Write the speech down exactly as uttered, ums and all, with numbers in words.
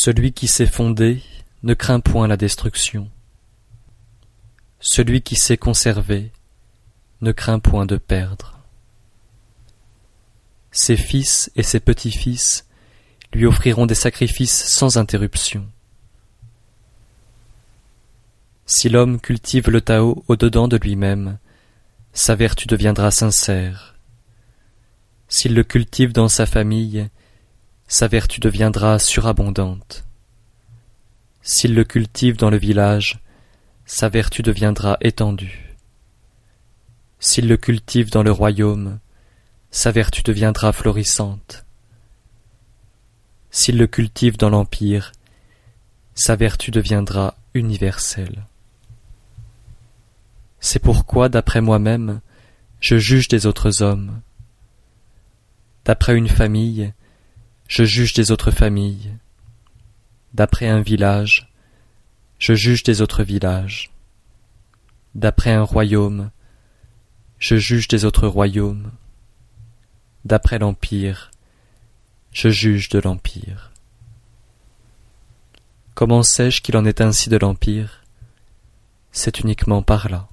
Celui qui sait fonder ne craint point la destruction. Celui qui sait conserver ne craint point de perdre. Ses fils et ses petits-fils lui offriront des sacrifices sans interruption. Si l'homme cultive le Tao au-dedans de lui-même, sa vertu deviendra sincère. S'il le cultive dans sa famille, sa vertu deviendra surabondante. S'il le cultive dans le village, sa vertu deviendra étendue. S'il le cultive dans le royaume, sa vertu deviendra florissante. S'il le cultive dans l'empire, sa vertu deviendra universelle. C'est pourquoi, d'après moi-même, je juge des autres hommes. D'après une famille, je juge des autres familles. D'après un village, je juge des autres villages. D'après un royaume, je juge des autres royaumes. D'après l'empire, je juge de l'empire. Comment sais-je qu'il en est ainsi de l'empire? C'est uniquement par là.